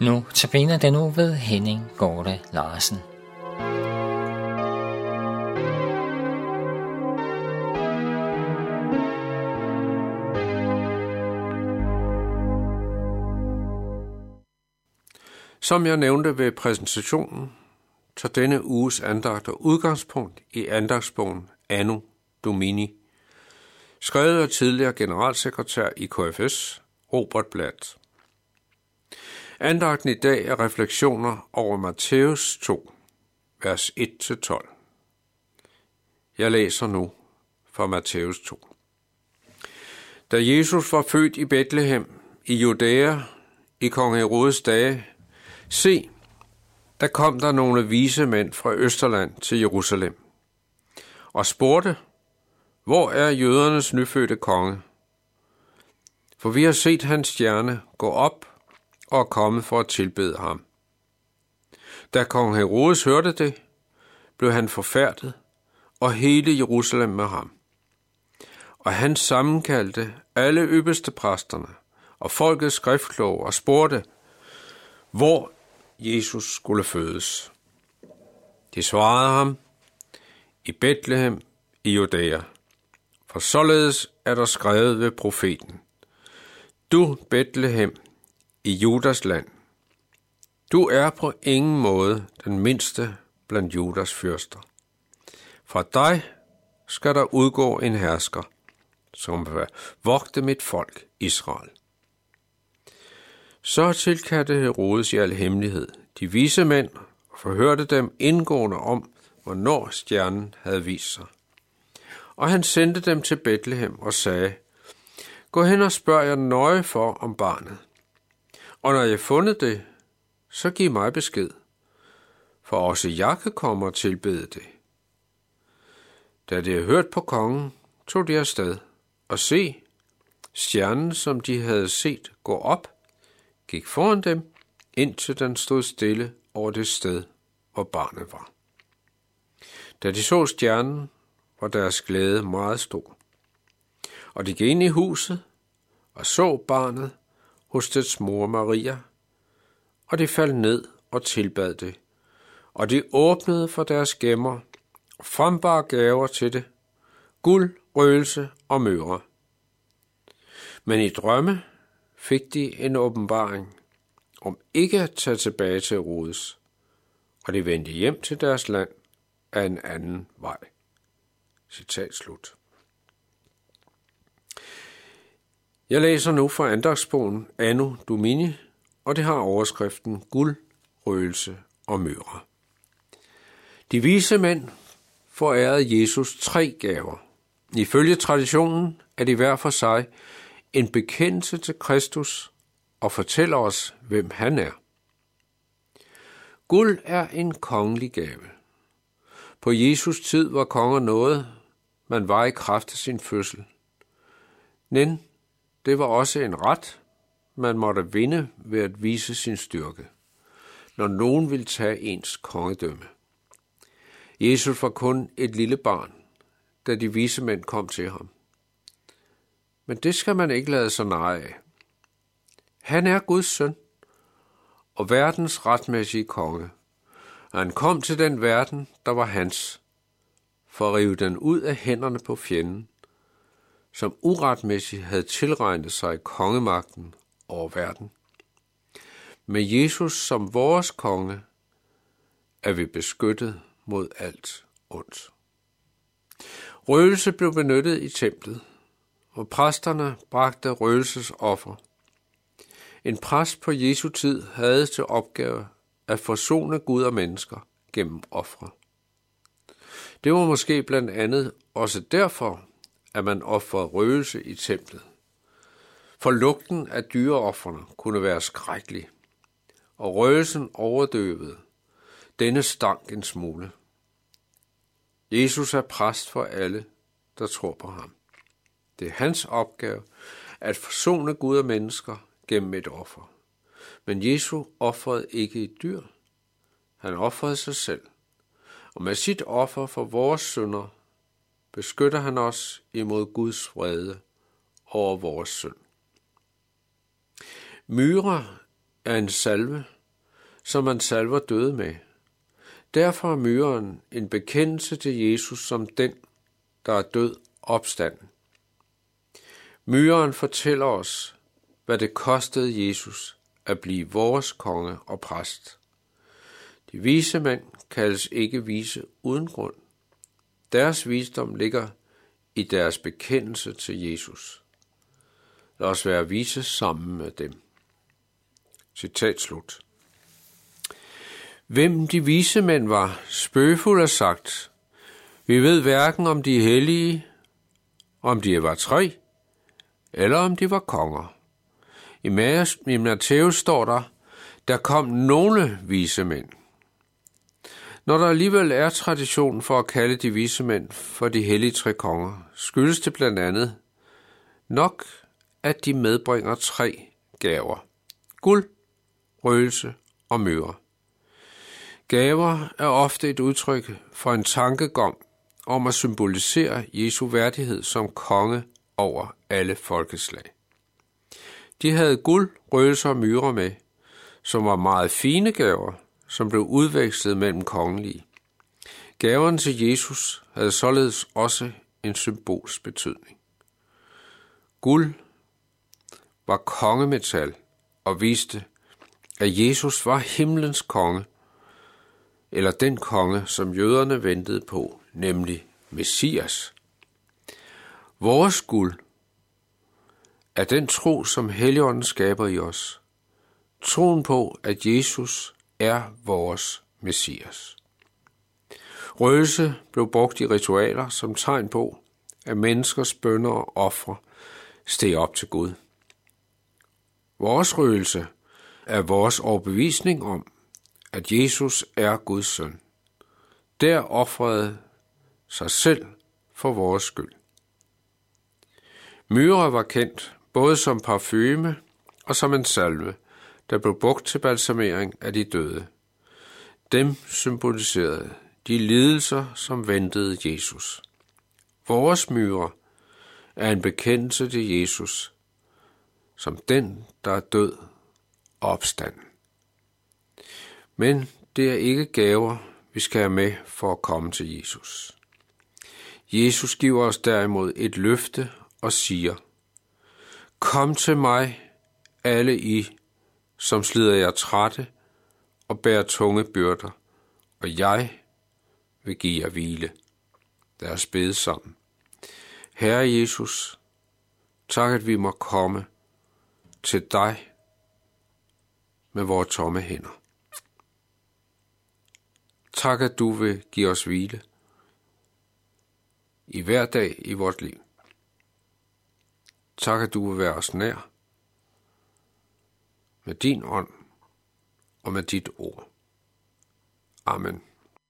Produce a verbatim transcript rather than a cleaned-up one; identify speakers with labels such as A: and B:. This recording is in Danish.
A: Nu tabiner den nu ved Henning Gorte Larsen.
B: Som jeg nævnte ved præsentationen, tager denne uges andagt og udgangspunkt i andagtsbogen Anno Domini, skrevet af tidligere generalsekretær i K F S, Robert Bladt. Andagten i dag er refleksioner over Matthæus to, vers et til tolv. Jeg læser nu fra Matthæus to. Da Jesus var født i Betlehem, i Judæa, i kong Herodes dage, se, der kom der nogle vise mænd fra Østerland til Jerusalem, og spurgte, hvor er jødernes nyfødte konge? For vi har set hans stjerne gå op og er kommet for at tilbede ham. Da kong Herodes hørte det, blev han forfærdet, og hele Jerusalem med ham. Og han sammenkaldte alle ypperste præsterne og folkets skriftkloge og spurgte, hvor Jesus skulle fødes. De svarede ham, i Betlehem i Judæa, for således er der skrevet ved profeten, du Betlehem i Judas land, du er på ingen måde den mindste blandt Judas fyrster. Fra dig skal der udgå en hersker, som vil vogte mit folk Israel. Så tilkaldte Herodes i al hemmelighed de vise mænd og forhørte dem indgående om, hvornår stjernen havde vist sig. Og han sendte dem til Betlehem og sagde, gå hen og spørg jer nøje for om barnet. Og når jeg fundet det, så giv mig besked, for også jeg kan komme og tilbede det. Da de havde hørt på kongen, tog de afsted, og se, stjernen, som de havde set gå op, gik foran dem, indtil den stod stille over det sted, hvor barnet var. Da de så stjernen, var deres glæde meget stor. Og de gik ind i huset og så barnet hos dets mor Maria, og de faldt ned og tilbad det, og de åbnede for deres gemmer og frembar gaver til det, guld, røgelse og myrre. Men i drømme fik de en åbenbaring om ikke at tage tilbage til Herodes, og de vendte hjem til deres land af en anden vej. Citat slut. Jeg læser nu fra andagtsbogen Anno Domini, og det har overskriften guld, røgelse og myrre. De vise mænd forærede Jesus tre gaver. Ifølge traditionen er de hver for sig en bekendelse til Kristus og fortæller os, hvem han er. Guld er en kongelig gave. På Jesus tid var konger noget, man var i kraft af sin fødsel. Men det var også en ret, man måtte vinde ved at vise sin styrke, når nogen ville tage ens kongedømme. Jesus var kun et lille barn, da de vise mænd kom til ham. Men det skal man ikke lade sig narre af. Han er Guds søn og verdens retmæssige konge, og han kom til den verden, der var hans, for at rive den ud af hænderne på fjenden, som uretmæssigt havde tilregnet sig kongemagten over verden. Med Jesus som vores konge er vi beskyttet mod alt ondt. Røgelse blev benyttet i templet, og præsterne bragte røgelsesoffer. En præst på Jesu tid havde til opgave at forsone Gud og mennesker gennem ofre. Det var måske blandt andet også derfor, at man ofrede røgelse i templet. For lugten af dyreofrene kunne være skrækkelig, og røgelsen overdøvede denne stank en smule. Jesus er præst for alle, der tror på ham. Det er hans opgave at forsone Gud og mennesker gennem et offer. Men Jesus ofrede ikke et dyr. Han ofrede sig selv. Og med sit offer for vores synder beskytter han os imod Guds vrede over vores synd. Myre er en salve, som man salver døde med. Derfor er myren en bekendelse til Jesus som den, der er død opstanden. Myren fortæller os, hvad det kostede Jesus at blive vores konge og præst. De vise mænd kaldes ikke vise uden grund. Deres visdom ligger i deres bekendelse til Jesus. Lad os være vise sammen med dem. Citat slut. Hvem de vise mænd var, spøgefuld er sagt. Vi ved hverken om de hellige, om de var tre, eller om de var konger. I Matthæus står der, der kom nogle vise mænd. Når der alligevel er tradition for at kalde de vise mænd for de hellige tre konger, skyldes det blandt andet nok, at de medbringer tre gaver. Guld, røgelse og myrre. Gaver er ofte et udtryk for en tankegang om at symbolisere Jesu værdighed som konge over alle folkeslag. De havde guld, røgelse og myrre med, som var meget fine gaver, som blev udvekslet mellem kongelige. Gaverne til Jesus havde således også en symbolsk betydning. Guld var kongemetal og viste, at Jesus var himlens konge, eller den konge, som jøderne ventede på, nemlig Messias. Vores guld er den tro, som Helligånden skaber i os. Troen på, at Jesus er vores Messias. Røgelse blev brugt i ritualer som tegn på, at menneskers bønner og ofre steg op til Gud. Vores røgelse er vores overbevisning om, at Jesus er Guds søn. Der ofrede sig selv for vores skyld. Myrre var kendt både som parfume og som en salve, der blev brugt til balsamering af de døde. Dem symboliserede de lidelser, som ventede Jesus. Vores myrre er en bekendelse til Jesus som den, der er død og opstanden. Men det er ikke gaver, vi skal have med for at komme til Jesus. Jesus giver os derimod et løfte og siger, kom til mig, alle I, som slider jer trætte og bærer tunge byrder, og jeg vil give jer hvile. Lad os bede sammen. Herre Jesus, tak at vi må komme til dig med vores tomme hænder. Tak at du vil give os hvile i hver dag i vort liv. Tak at du vil være os nær med din ånd og med dit ord. Amen.